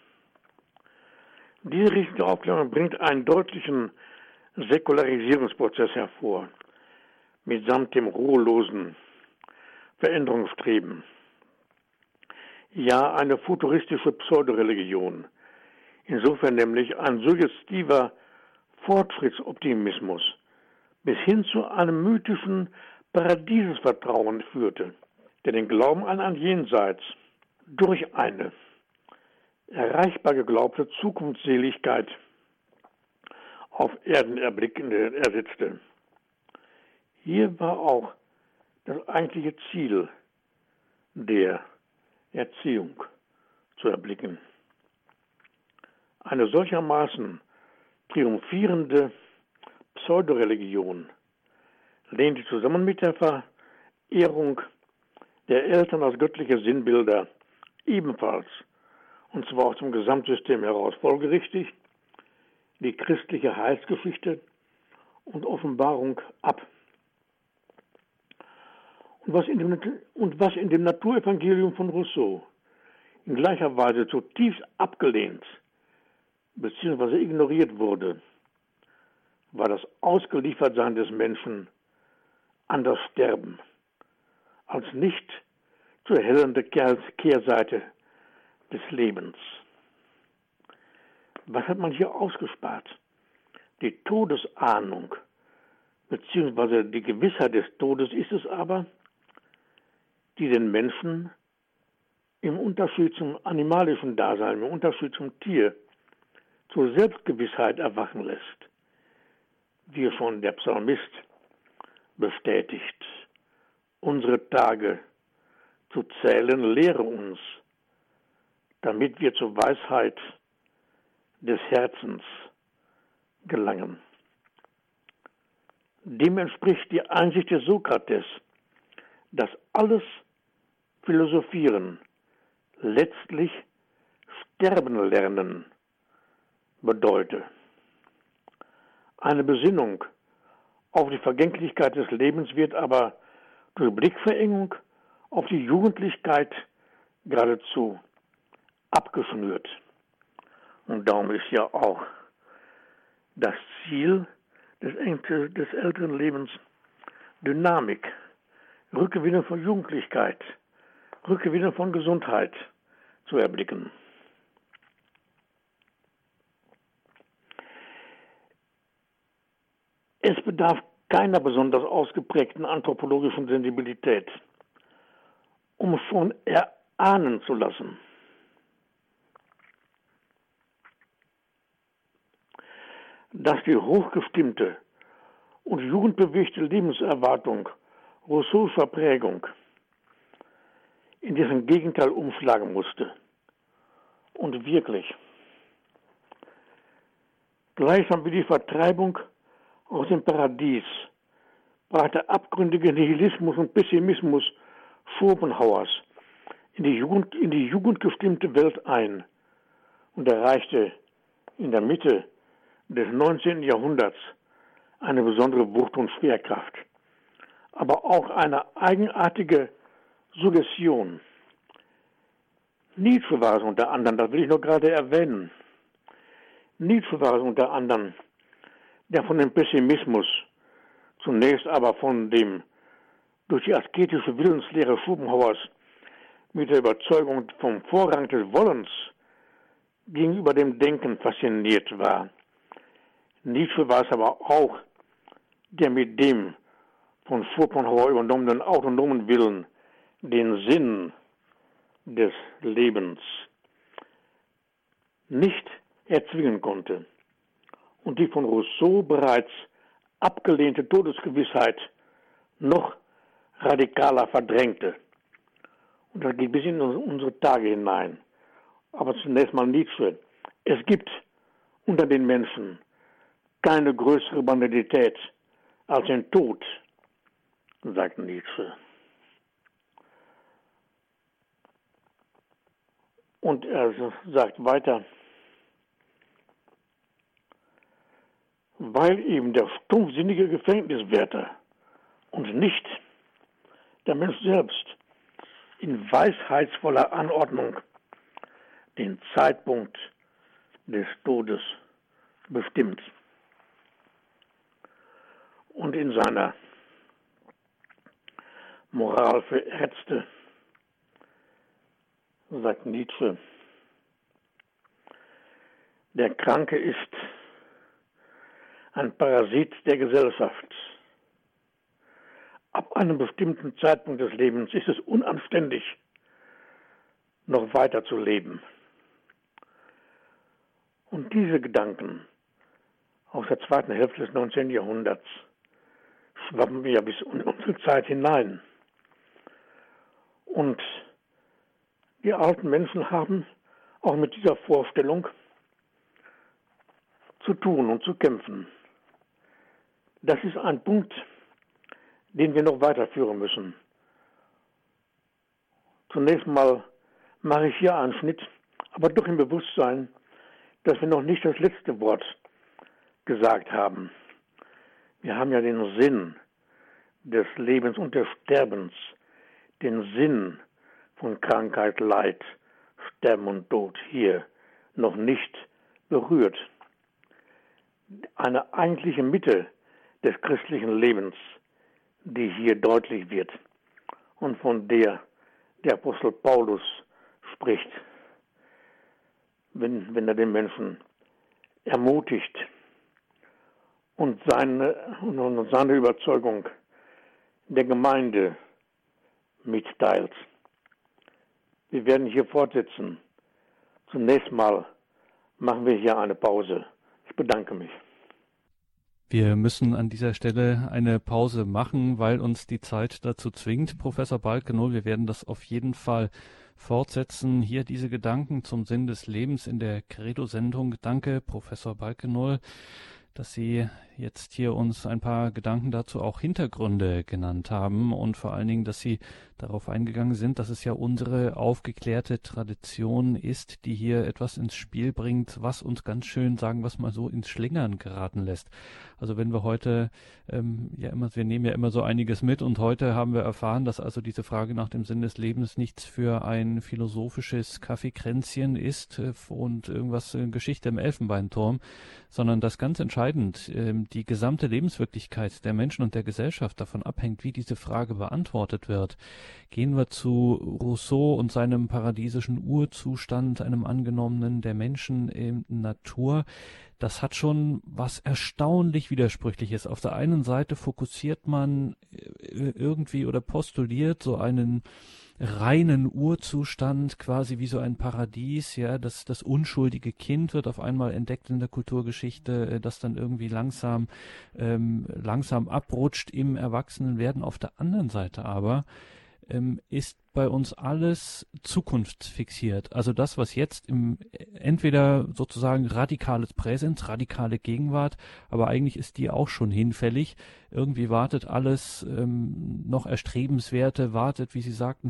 Diese Richtung der Aufklärung bringt einen deutlichen Säkularisierungsprozess hervor, mitsamt dem ruhelosen Veränderungsstreben. Ja, eine futuristische Pseudoreligion, insofern nämlich ein suggestiver Fortschrittsoptimismus bis hin zu einem mythischen Paradiesesvertrauen führte, der den Glauben an ein Jenseits durch eine erreichbar geglaubte Zukunftsseligkeit auf Erden ersetzte. Hier war auch das eigentliche Ziel der Erziehung zu erblicken. Eine solchermaßen triumphierende Pseudoreligion lehnte zusammen mit der Verehrung der Eltern als göttliche Sinnbilder ebenfalls, und zwar aus dem Gesamtsystem heraus folgerichtig, die christliche Heilsgeschichte und Offenbarung ab. Und was in dem Naturevangelium von Rousseau in gleicher Weise zutiefst abgelehnt bzw. ignoriert wurde, war das Ausgeliefertsein des Menschen an das Sterben als nicht zu erhellende Kehrseite des Lebens. Was hat man hier ausgespart? Die Todesahnung bzw. die Gewissheit des Todes ist es aber, die den Menschen im Unterschied zum animalischen Dasein, im Unterschied zum Tier, zur Selbstgewissheit erwachen lässt. Wie schon der Psalmist bestätigt, unsere Tage zu zählen lehre uns, damit wir zur Weisheit des Herzens gelangen. Dem entspricht die Einsicht des Sokrates, dass alles Philosophieren letztlich sterben lernen bedeutet. Eine Besinnung auf die Vergänglichkeit des Lebens wird aber durch Blickverengung auf die Jugendlichkeit geradezu abgeschnürt. Und darum ist ja auch das Ziel des älteren Lebens Dynamik, Rückgewinnung von Jugendlichkeit, Rückgewinnung von Gesundheit zu erblicken. Es bedarf keiner besonders ausgeprägten anthropologischen Sensibilität, um schon erahnen zu lassen, dass die hochgestimmte und jugendbewegte Lebenserwartung Rousseaus Prägung in dessen Gegenteil umschlagen musste. Und wirklich, gleichsam wie die Vertreibung aus dem Paradies brach der abgründige Nihilismus und Pessimismus Schopenhauers in die jugendgestimmte Welt ein und erreichte in der Mitte des 19. Jahrhunderts eine besondere Wucht und Schwerkraft, aber auch eine eigenartige Suggestion, Nietzsche war es unter anderem, das will ich noch gerade erwähnen. Nietzsche war es unter anderem, der von dem Pessimismus, zunächst aber von dem durch die asketische Willenslehre Schopenhauers mit der Überzeugung vom Vorrang des Wollens gegenüber dem Denken fasziniert war. Nietzsche war es aber auch, der mit dem von Schopenhauer übernommenen autonomen Willen den Sinn des Lebens nicht erzwingen konnte und die von Rousseau bereits abgelehnte Todesgewissheit noch radikaler verdrängte. Und das geht bis in unsere Tage hinein. Aber zunächst mal Nietzsche. Es gibt unter den Menschen keine größere Banalität als den Tod, sagt Nietzsche. Und er sagt weiter, weil eben der stumpfsinnige Gefängniswärter und nicht der Mensch selbst in weisheitsvoller Anordnung den Zeitpunkt des Todes bestimmt. Und in seiner Moral für Ärzte sagt Nietzsche, der Kranke ist ein Parasit der Gesellschaft. Ab einem bestimmten Zeitpunkt des Lebens ist es unanständig, noch weiter zu leben. Und diese Gedanken aus der zweiten Hälfte des 19. Jahrhunderts schwappen ja bis in unsere Zeit hinein. Und die alten Menschen haben auch mit dieser Vorstellung zu tun und zu kämpfen. Das ist ein Punkt, den wir noch weiterführen müssen. Zunächst mal mache ich hier einen Schnitt, aber doch im Bewusstsein, dass wir noch nicht das letzte Wort gesagt haben. Wir haben ja den Sinn des Lebens und des Sterbens, den Sinn von Krankheit, Leid, Sterben und Tod hier noch nicht berührt. Eine eigentliche Mitte des christlichen Lebens, die hier deutlich wird und von der der Apostel Paulus spricht, wenn er den Menschen ermutigt und seine Überzeugung der Gemeinde mitteilt. Wir werden hier fortsetzen. Zunächst mal machen wir hier eine Pause. Ich bedanke mich. Wir müssen an dieser Stelle eine Pause machen, weil uns die Zeit dazu zwingt. Professor Balkenohl, wir werden das auf jeden Fall fortsetzen. Hier diese Gedanken zum Sinn des Lebens in der Credo-Sendung. Danke, Professor Balkenohl, dass Sie jetzt hier uns ein paar Gedanken dazu, auch Hintergründe genannt haben und vor allen Dingen, dass Sie darauf eingegangen sind, dass es ja unsere aufgeklärte Tradition ist, die hier etwas ins Spiel bringt, was uns ganz schön, sagen wir es mal so, ins Schlingern geraten lässt. Also wenn wir heute wir nehmen ja immer so einiges mit und heute haben wir erfahren, dass also diese Frage nach dem Sinn des Lebens nichts für ein philosophisches Kaffeekränzchen ist und irgendwas Geschichte im Elfenbeinturm, sondern dass ganz entscheidend die gesamte Lebenswirklichkeit der Menschen und der Gesellschaft davon abhängt, wie diese Frage beantwortet wird. Gehen wir zu Rousseau und seinem paradiesischen Urzustand, einem angenommenen der Menschen in Natur. Das hat schon was erstaunlich Widersprüchliches. Auf der einen Seite fokussiert man irgendwie oder postuliert so einen reinen Urzustand, quasi wie so ein Paradies, ja, das unschuldige Kind wird auf einmal entdeckt in der Kulturgeschichte, das dann irgendwie langsam abrutscht im Erwachsenenwerden. Auf der anderen Seite aber ist bei uns alles zukunftsfixiert. Also das, was jetzt entweder sozusagen radikales Präsens, radikale Gegenwart, aber eigentlich ist die auch schon hinfällig. Irgendwie wartet alles noch Erstrebenswerte, wartet, wie Sie sagten,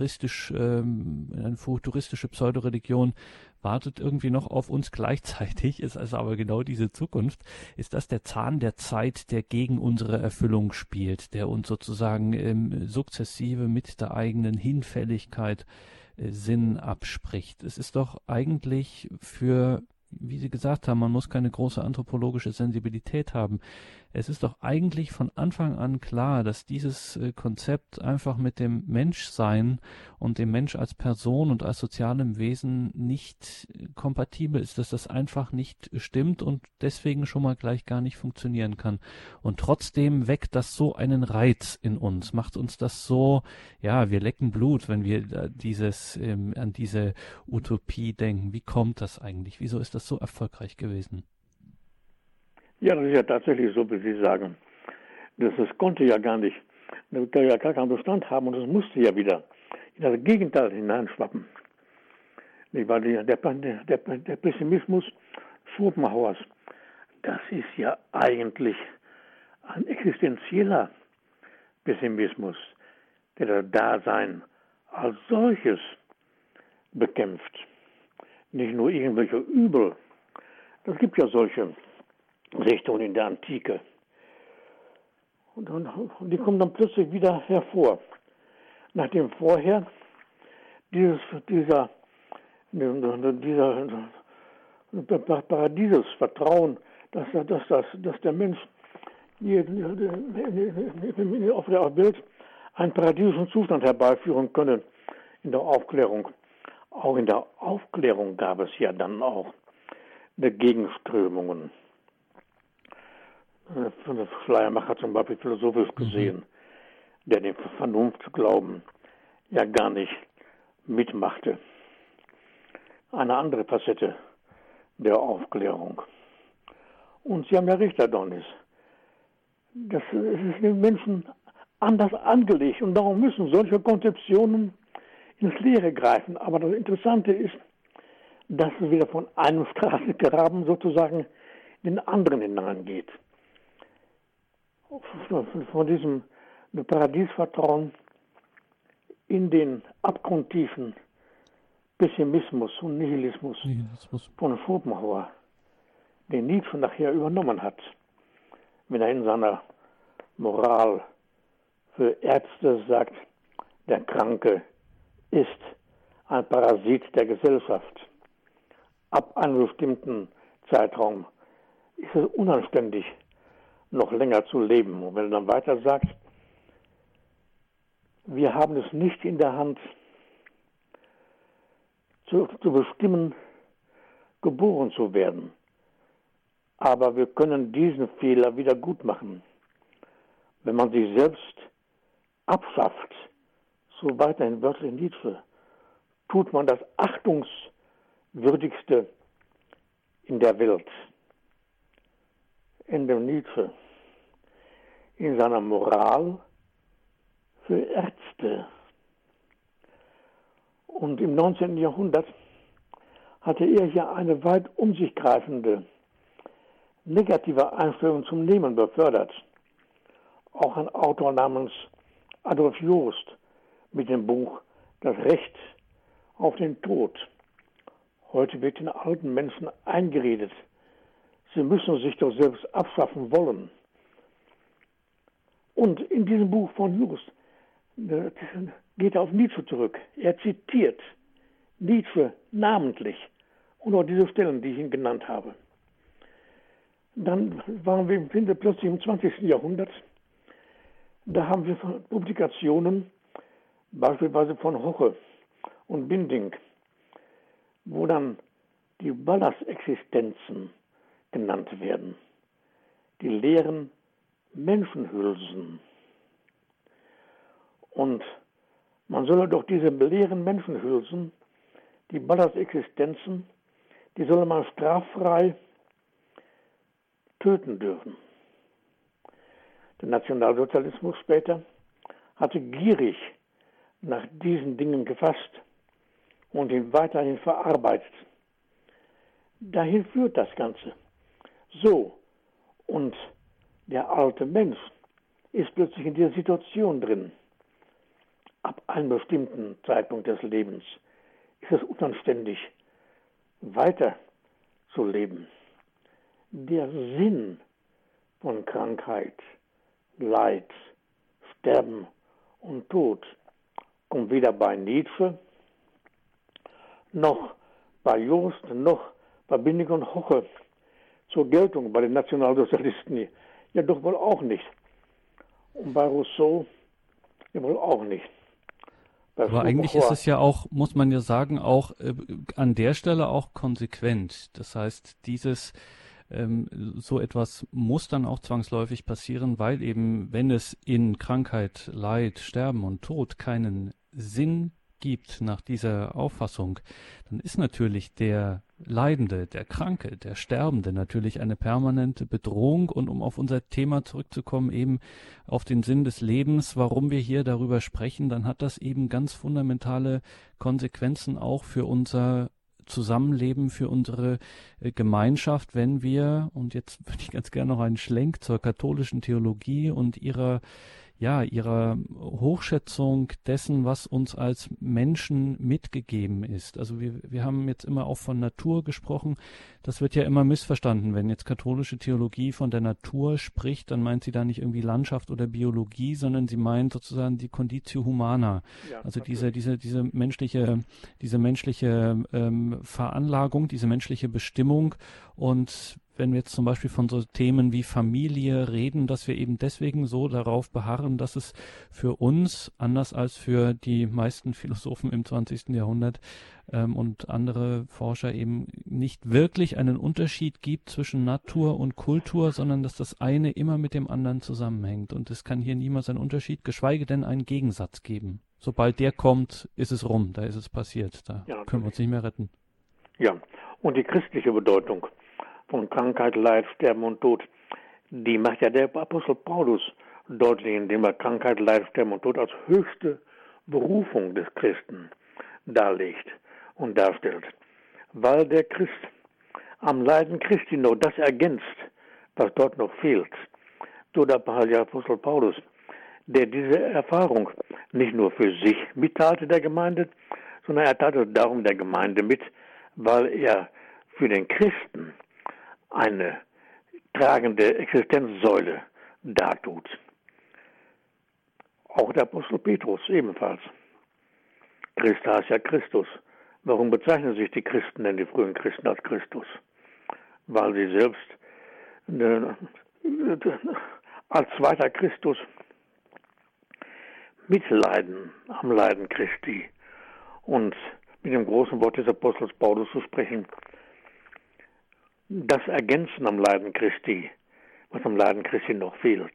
eine futuristische Pseudoreligion, wartet irgendwie noch auf uns gleichzeitig, ist also aber genau diese Zukunft. Ist das der Zahn der Zeit, der gegen unsere Erfüllung spielt, der uns sozusagen sukzessive mit der eigenen Hinfälligkeit Sinn abspricht. Es ist doch eigentlich für, wie Sie gesagt haben, man muss keine große anthropologische Sensibilität haben. Es ist doch eigentlich von Anfang an klar, dass dieses Konzept einfach mit dem Menschsein und dem Mensch als Person und als sozialem Wesen nicht kompatibel ist, dass das einfach nicht stimmt und deswegen schon mal gleich gar nicht funktionieren kann. Und trotzdem weckt das so einen Reiz in uns, macht uns das so, ja, wir lecken Blut, wenn wir an diese Utopie denken. Wie kommt das eigentlich? Wieso ist das so erfolgreich gewesen? Ja, das ist ja tatsächlich so, wie Sie sagen. Das konnte ja gar nicht, das kann ja gar keinen Bestand haben und es musste ja wieder in das Gegenteil hineinschwappen. Nicht wahr? Der Pessimismus Schopenhauers, das ist ja eigentlich ein existenzieller Pessimismus, der das Dasein als solches bekämpft. Nicht nur irgendwelche Übel. Es gibt ja solche Richtungen in der Antike. Und die kommen dann plötzlich wieder hervor. Nachdem vorher dieses Paradiesesvertrauen, dass der Mensch auf der Welt einen paradiesischen Zustand herbeiführen könne in der Aufklärung. Auch in der Aufklärung gab es ja dann auch Gegenströmungen. Schleiermacher zum Beispiel philosophisch gesehen, der den Vernunftglauben ja gar nicht mitmachte. Eine andere Facette der Aufklärung. Und Sie haben ja recht, Herr Dornis. Es ist den Menschen anders angelegt und darum müssen solche Konzeptionen ins Leere greifen. Aber das Interessante ist, dass es wieder von einem Straßengraben sozusagen in den anderen hineingeht. Von diesem Paradiesvertrauen in den abgrundtiefen Pessimismus und Nihilismus von Schopenhauer, den Nietzsche nachher übernommen hat, wenn er in seiner Moral für Ärzte sagt, der Kranke ist ein Parasit der Gesellschaft. Ab einem bestimmten Zeitraum ist es unanständig, noch länger zu leben. Und wenn er dann weiter sagt, wir haben es nicht in der Hand, zu bestimmen, geboren zu werden. Aber wir können diesen Fehler wieder gut machen. Wenn man sich selbst abschafft, so weiterhin wörtlich Nietzsche, tut man das Achtungswürdigste in der Welt. Ende Nietzsche. In seiner Moral für Ärzte. Und im 19. Jahrhundert hatte er hier eine weit um sich greifende negative Einstellung zum Leben befördert. Auch ein Autor namens Adolf Jost mit dem Buch Das Recht auf den Tod. Heute wird den alten Menschen eingeredet, sie müssen sich doch selbst abschaffen wollen. Und in diesem Buch von Jost geht er auf Nietzsche zurück. Er zitiert Nietzsche namentlich und auch diese Stellen, die ich Ihnen genannt habe. Dann waren wir plötzlich im 20. Jahrhundert. Da haben wir Publikationen, beispielsweise von Hoche und Binding, wo dann die Ballassexistenzen genannt werden. Die leeren Menschenhülsen. Und man solle doch diese leeren Menschenhülsen, die Ballassexistenzen, die solle man straffrei töten dürfen. Der Nationalsozialismus später hatte gierig nach diesen Dingen gefasst und ihn weiterhin verarbeitet. Dahin führt das Ganze. So, und der alte Mensch ist plötzlich in dieser Situation drin. Ab einem bestimmten Zeitpunkt des Lebens ist es unanständig, weiter zu leben. Der Sinn von Krankheit, Leid, Sterben und Tod kommt weder bei Nietzsche noch bei Jost, noch bei Binnig und Hoche zur Geltung bei den Nationalsozialisten? Ja, doch wohl auch nicht. Und bei Rousseau ja wohl auch nicht. Aber eigentlich ist es ja auch, muss man ja sagen, auch an der Stelle auch konsequent. Das heißt, so etwas muss dann auch zwangsläufig passieren, weil eben, wenn es in Krankheit, Leid, Sterben und Tod keinen Sinn gibt nach dieser Auffassung, dann ist natürlich der Leidende, der Kranke, der Sterbende natürlich eine permanente Bedrohung. Und um auf unser Thema zurückzukommen, eben auf den Sinn des Lebens, warum wir hier darüber sprechen, dann hat das eben ganz fundamentale Konsequenzen auch für unser Zusammenleben, für unsere Gemeinschaft, wenn wir, und jetzt würde ich ganz gerne noch einen Schlenk zur katholischen Theologie und ihrer Hochschätzung dessen, was uns als Menschen mitgegeben ist. Also wir haben jetzt immer auch von Natur gesprochen. Das wird ja immer missverstanden. Wenn jetzt katholische Theologie von der Natur spricht, dann meint sie da nicht irgendwie Landschaft oder Biologie, sondern sie meint sozusagen die Conditio Humana. Ja, also diese menschliche Veranlagung, diese menschliche Bestimmung. Und wenn wir jetzt zum Beispiel von so Themen wie Familie reden, dass wir eben deswegen so darauf beharren, dass es für uns, anders als für die meisten Philosophen im 20. Jahrhundert und andere Forscher eben nicht wirklich einen Unterschied gibt zwischen Natur und Kultur, sondern dass das eine immer mit dem anderen zusammenhängt. Und es kann hier niemals einen Unterschied, geschweige denn einen Gegensatz geben. Sobald der kommt, ist es rum, da ist es passiert, da können wir uns nicht mehr retten. Ja, und die christliche Bedeutung von Krankheit, Leid, Sterben und Tod, die macht ja der Apostel Paulus deutlich, indem er Krankheit, Leid, Sterben und Tod als höchste Berufung des Christen darlegt und darstellt. Weil der Christ am Leiden Christi noch das ergänzt, was dort noch fehlt. So der Apostel Paulus, der diese Erfahrung nicht nur für sich mitteilte der Gemeinde, sondern er teilte darum der Gemeinde mit, weil er für den Christen eine tragende Existenzsäule dartut. Auch der Apostel Petrus ebenfalls. Christ heißt ja Christus. Warum bezeichnen sich die Christen denn, die frühen Christen, als Christus? Weil sie selbst als zweiter Christus mitleiden am Leiden Christi. Und mit dem großen Wort des Apostels Paulus zu sprechen, das Ergänzen am Leiden Christi, was am Leiden Christi noch fehlt.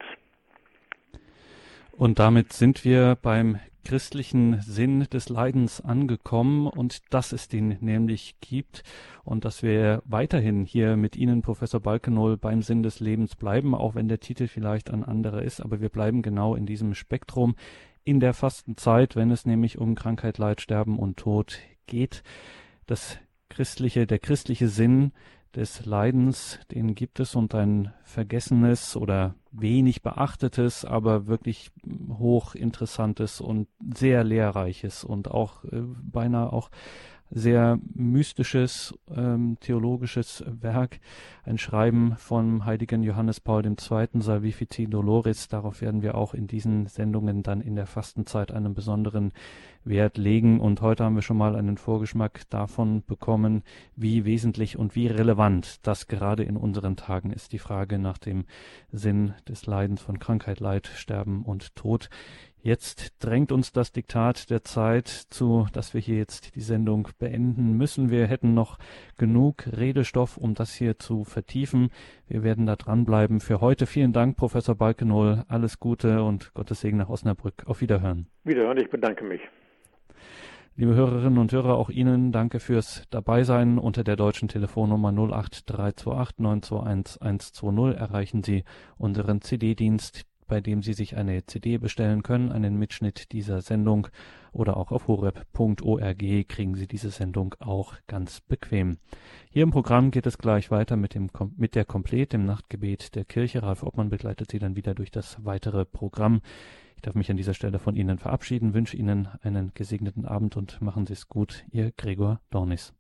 Und damit sind wir beim christlichen Sinn des Leidens angekommen und dass es den nämlich gibt und dass wir weiterhin hier mit Ihnen, Professor Balkenohl, beim Sinn des Lebens bleiben, auch wenn der Titel vielleicht ein anderer ist, aber wir bleiben genau in diesem Spektrum in der Fastenzeit, wenn es nämlich um Krankheit, Leid, Sterben und Tod geht. Der christliche Sinn des Leidens, den gibt es, und ein vergessenes oder wenig beachtetes, aber wirklich hochinteressantes und sehr lehrreiches und auch beinahe auch sehr mystisches, theologisches Werk, ein Schreiben vom heiligen Johannes Paul II., Salvifici Doloris. Darauf werden wir auch in diesen Sendungen dann in der Fastenzeit einen besonderen Wert legen. Und heute haben wir schon mal einen Vorgeschmack davon bekommen, wie wesentlich und wie relevant das gerade in unseren Tagen ist, die Frage nach dem Sinn des Leidens von Krankheit, Leid, Sterben und Tod. Jetzt drängt uns das Diktat der Zeit zu, dass wir hier jetzt die Sendung beenden müssen. Wir hätten noch genug Redestoff, um das hier zu vertiefen. Wir werden da dranbleiben. Für heute vielen Dank, Professor Balkenohl. Alles Gute und Gottes Segen nach Osnabrück. Auf Wiederhören. Wiederhören, ich bedanke mich. Liebe Hörerinnen und Hörer, auch Ihnen danke fürs Dabeisein. Unter der deutschen Telefonnummer 08328 921 120 erreichen Sie unseren CD-Dienst, bei dem Sie sich eine CD bestellen können, einen Mitschnitt dieser Sendung, oder auch auf horeb.org kriegen Sie diese Sendung auch ganz bequem. Hier im Programm geht es gleich weiter mit der Komplett, dem Nachtgebet der Kirche. Ralf Obmann begleitet Sie dann wieder durch das weitere Programm. Ich darf mich an dieser Stelle von Ihnen verabschieden, wünsche Ihnen einen gesegneten Abend und machen Sie es gut. Ihr Gregor Dornis.